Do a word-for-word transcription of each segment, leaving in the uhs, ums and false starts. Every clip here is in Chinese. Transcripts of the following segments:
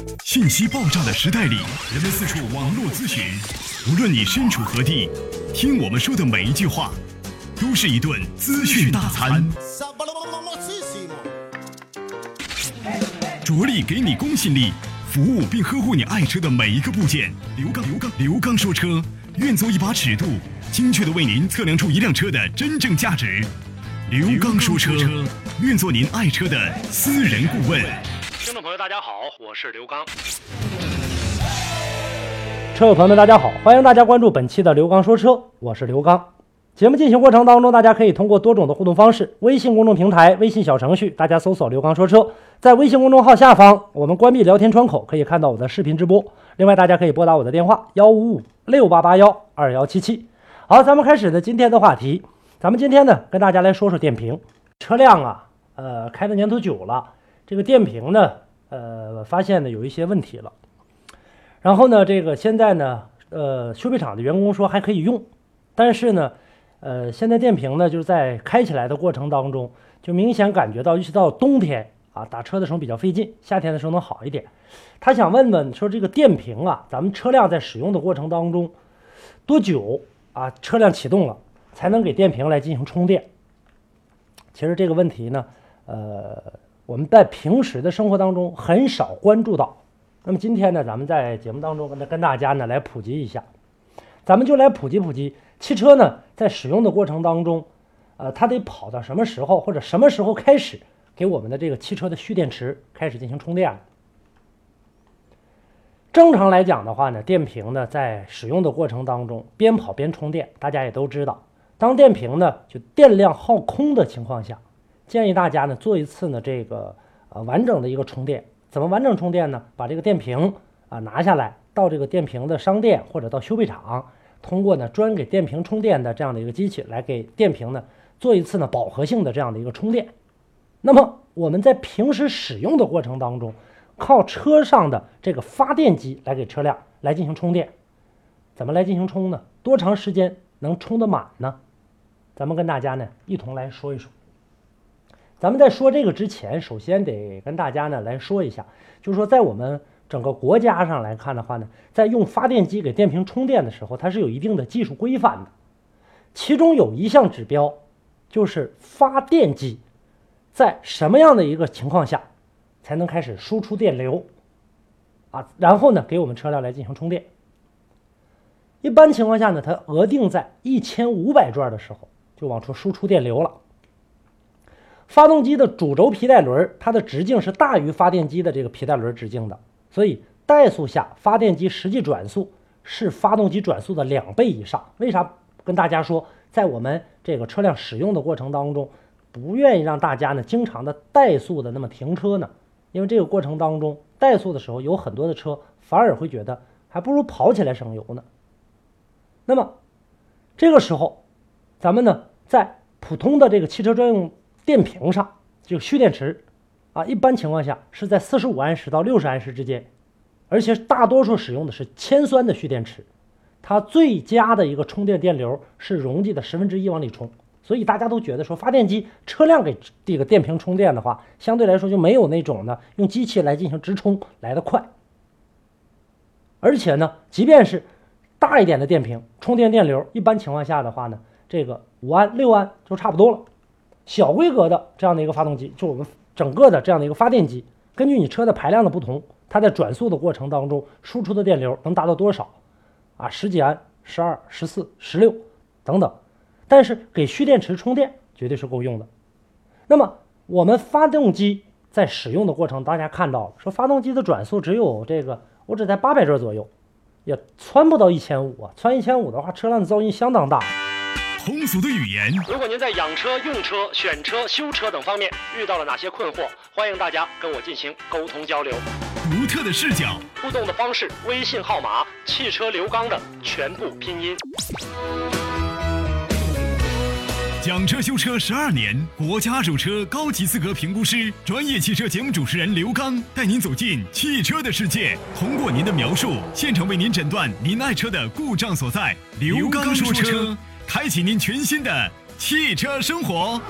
信息爆炸的时代里，人们四处网络咨询，无论你身处何地，听我们说的每一句话，都是一顿资讯大餐。着力给你公信力，服务并呵护你爱车的每一个部件。刘刚，刘刚，刘刚说车，愿做一把尺度，精确的为您测量出一辆车的真正价值。刘刚说车，愿做您爱车的私人顾问。 听众朋友大家好，我是刘刚。 车友朋友们大家好，欢迎大家关注本期的刘刚说车，我是刘刚。节目进行过程当中，大家可以通过多种的互动方式，微信公众平台、微信小程序，大家搜索刘刚说车，在微信公众号下方我们关闭聊天窗口，可以看到我的视频直播。另外大家可以拨打我的电话一五五六八八一二一七七。好，咱们开始呢今天的话题。咱们今天呢跟大家来说说电瓶。车辆啊呃开的年头久了，这个电瓶呢呃发现呢有一些问题了。然后呢这个现在呢呃修配厂的员工说还可以用，但是呢呃现在电瓶呢就是在开起来的过程当中，就明显感觉到尤其到冬天啊打车的时候比较费劲，夏天的时候能好一点。他想问问说这个电瓶啊，咱们车辆在使用的过程当中多久啊车辆启动了才能给电瓶来进行充电？其实这个问题呢，呃，我们在平时的生活当中很少关注到。那么今天呢，咱们在节目当中跟跟大家呢来普及一下，咱们就来普及普及汽车呢在使用的过程当中，呃，它得跑到什么时候或者什么时候开始给我们的这个汽车的蓄电池开始进行充电了。正常来讲的话呢，电瓶呢在使用的过程当中边跑边充电，大家也都知道。当电瓶呢就电量耗空的情况下，建议大家呢做一次呢这个呃完整的一个充电。怎么完整充电呢？把这个电瓶啊拿下来，到这个电瓶的商店或者到修配厂，通过呢专给电瓶充电的这样的一个机器来给电瓶呢做一次呢饱和性的这样的一个充电。那么我们在平时使用的过程当中，靠车上的这个发电机来给车辆来进行充电。怎么来进行充呢？多长时间能充得满呢？咱们跟大家呢一同来说一说。咱们在说这个之前，首先得跟大家呢来说一下，就是说在我们整个国家上来看的话呢，在用发电机给电瓶充电的时候，它是有一定的技术规范的。其中有一项指标，就是发电机在什么样的一个情况下才能开始输出电流啊，然后呢给我们车辆来进行充电。一般情况下呢，它额定在一千五百转的时候就往出输出电流了。发动机的主轴皮带轮它的直径是大于发电机的这个皮带轮直径的，所以怠速下发电机实际转速是发动机转速的两倍以上。为啥跟大家说在我们这个车辆使用的过程当中不愿意让大家呢经常的怠速的那么停车呢？因为这个过程当中怠速的时候有很多的车反而会觉得还不如跑起来省油呢。那么这个时候咱们呢在普通的这个汽车专用电瓶上，这个蓄电池啊，一般情况下是在四十五安时到六十安时之间，而且大多数使用的是铅酸的蓄电池，它最佳的一个充电电流是容积的十分之一往里充。所以大家都觉得说发电机车辆给这个电瓶充电的话，相对来说就没有那种呢用机器来进行直充来得快。而且呢，即便是大一点的电瓶，充电电流一般情况下的话呢，这个五安六安就差不多了。小规格的这样的一个发动机，就我们整个的这样的一个发电机，根据你车的排量的不同，它在转速的过程当中输出的电流能达到多少啊？十几安、十二、十四、十六等等。但是给蓄电池充电绝对是够用的。那么我们发动机在使用的过程，大家看到了，说发动机的转速只有这个，我只在八百转左右，也窜不到一千五啊！窜一千五的话，车辆的噪音相当大。 通俗的语言， 如果您在养车、用车、选车、修车等方面遇到了哪些困惑，欢迎大家跟我进行沟通交流。 独特的视角， 互动的方式，微信号码汽车刘刚的全部拼音。 讲车修车十二年，国家二手车高级资格评估师，专业汽车节目主持人刘刚带您走进汽车的世界，通过您的描述，现场为您诊断您爱车的故障所在。刘刚说车，开启您全新的汽车生活。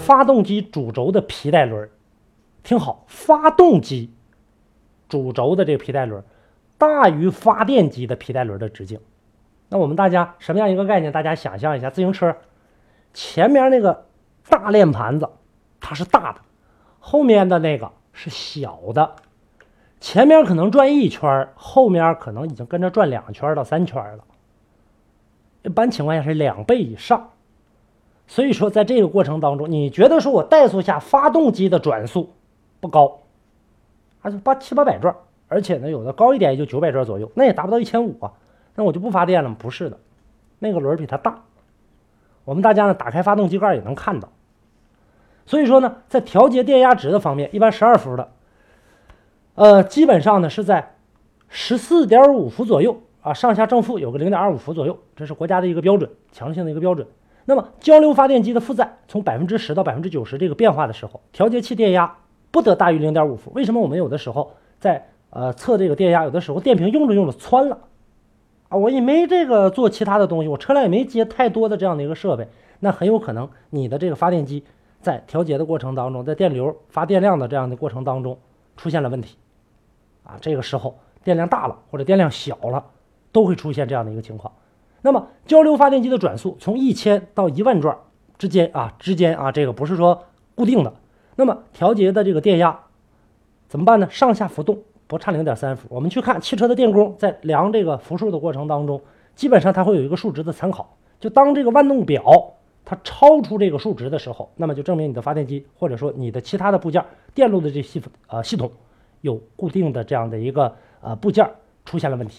发动机主轴的皮带轮，听好，发动机主轴的这个皮带轮大于发电机的皮带轮的直径。那我们大家什么样一个概念？大家想象一下，自行车前面那个大链盘子它是大的，后面的那个是小的，前面可能转一圈，后面可能已经跟着转两圈到三圈了，一般情况下是两倍以上。所以说在这个过程当中，你觉得说我怠速下发动机的转速不高，还是八七八百转，而且呢有的高一点也就九百转左右，那也达不到一千五啊，那我就不发电了吗？不是的，那个轮比它大。我们大家呢打开发动机盖也能看到。所以说呢，在调节电压值的方面，一般十二伏的，呃，基本上呢是在 十四点五 伏左右啊，上下正负有个 零点二五 伏左右，这是国家的一个标准，强性的一个标准。那么交流发电机的负载从 百分之十 到 百分之九十 这个变化的时候，调节器电压不得大于 零点五 伏。为什么我们有的时候在呃测这个电压，有的时候电瓶用着用着窜了啊，我也没这个做其他的东西，我车辆也没接太多的这样的一个设备，那很有可能你的这个发电机在调节的过程当中，在电流发电量的这样的过程当中出现了问题啊，这个时候电量大了或者电量小了，都会出现这样的一个情况。那么交流发电机的转速从一千到一万转之间啊，之间啊，这个不是说固定的。那么调节的这个电压怎么办呢？上下浮动不差 零点三 伏。我们去看汽车的电工在量这个伏数的过程当中，基本上它会有一个数值的参考。就当这个万动表它超出这个数值的时候，那么就证明你的发电机或者说你的其他的部件电路的这系呃系统有固定的这样的一个呃部件出现了问题。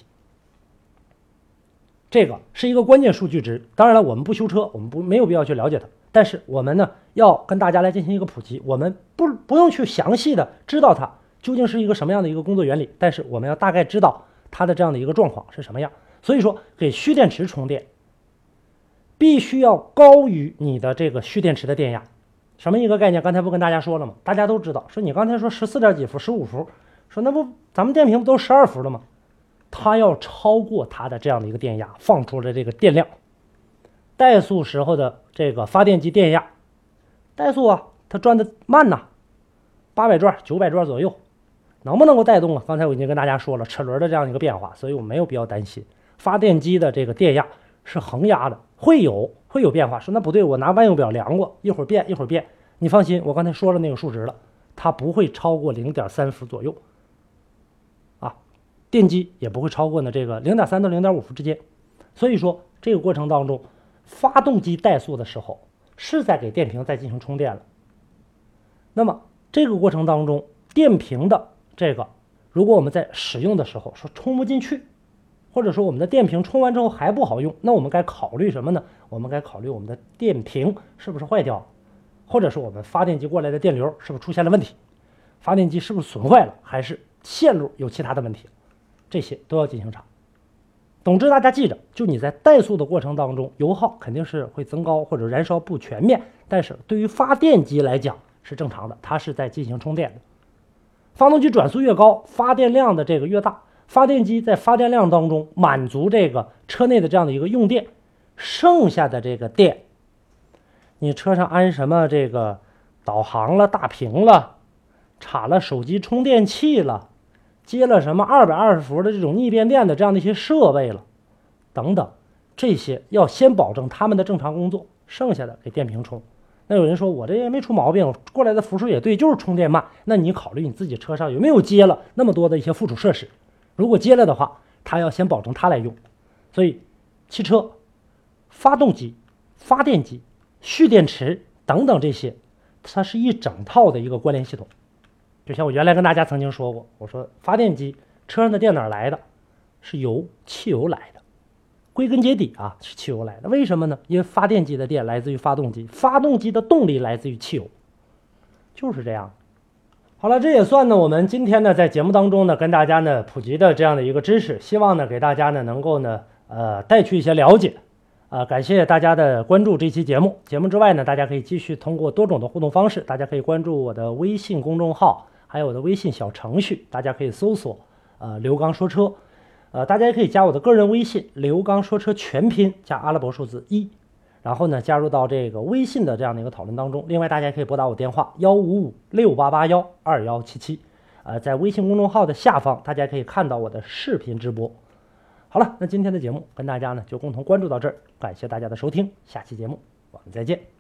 这个是一个关键数据值。当然了，我们不修车，我们不没有必要去了解它，但是我们呢要跟大家来进行一个普及。我们不不用去详细的知道它究竟是一个什么样的一个工作原理，但是我们要大概知道它的这样的一个状况是什么样。所以说给蓄电池充电必须要高于你的这个蓄电池的电压。什么一个概念？刚才不跟大家说了吗？大家都知道，说你刚才说十四点几伏十五伏，说那不咱们电瓶不都十二伏了吗？它要超过它的这样的一个电压，放出的这个电量。怠速时候的这个发电机电压，怠速啊它转的慢呐、啊，八百转九百转左右，能不能够带动啊？刚才我已经跟大家说了齿轮的这样一个变化，所以我没有必要担心。发电机的这个电压是恒压的，会有会有变化。说那不对，我拿万用表量过，一会儿变一会儿变。你放心，我刚才说了那个数值了，它不会超过 零点三 伏左右啊，电机也不会超过呢这个 零点三 到 零点五 伏之间。所以说这个过程当中，发动机怠速的时候是在给电瓶再进行充电了。那么这个过程当中，电瓶的这个如果我们在使用的时候说充不进去，或者说我们的电瓶充完之后还不好用，那我们该考虑什么呢？我们该考虑我们的电瓶是不是坏掉了，或者说我们发电机过来的电流是不是出现了问题，发电机是不是损坏了，还是线路有其他的问题，这些都要进行查。总之大家记着，就你在怠速的过程当中，油耗肯定是会增高或者燃烧不全面，但是对于发电机来讲是正常的，它是在进行充电的。发动机转速越高，发电量的这个越大，发电机在发电量当中满足这个车内的这样的一个用电，剩下的这个电，你车上安什么这个导航了、大屏了，插了手机充电器了，接了什么二百二十伏的这种逆变电的这样的一些设备了等等，这些要先保证他们的正常工作，剩下的给电瓶充。那有人说我这也没出毛病，过来的伏数也对，就是充电慢。那你考虑你自己车上有没有接了那么多的一些附属设施，如果接了的话，它要先保证它来用。所以汽车发动机、发电机、蓄电池等等这些，它是一整套的一个关联系统。就像我原来跟大家曾经说过，我说发电机车上的电哪来的？是由汽油来的，归根结底啊是汽油来的。为什么呢？因为发电机的电来自于发动机，发动机的动力来自于汽油，就是这样。好了，这也算呢我们今天呢在节目当中呢跟大家呢普及的这样的一个知识，希望呢给大家呢能够呢呃带去一些了解。啊、呃，感谢大家的关注这期节目。节目之外呢，大家可以继续通过多种的互动方式，大家可以关注我的微信公众号，还有我的微信小程序，大家可以搜索呃刘刚说车，呃大家也可以加我的个人微信刘刚说车全拼加阿拉伯数字一， 然后呢加入到这个微信的这样的一个讨论当中。另外大家可以拨打我电话幺五五六八八幺二幺七七，呃，在微信公众号的下方大家可以看到我的视频直播。好了，那今天的节目跟大家呢就共同关注到这儿，感谢大家的收听，下期节目我们再见。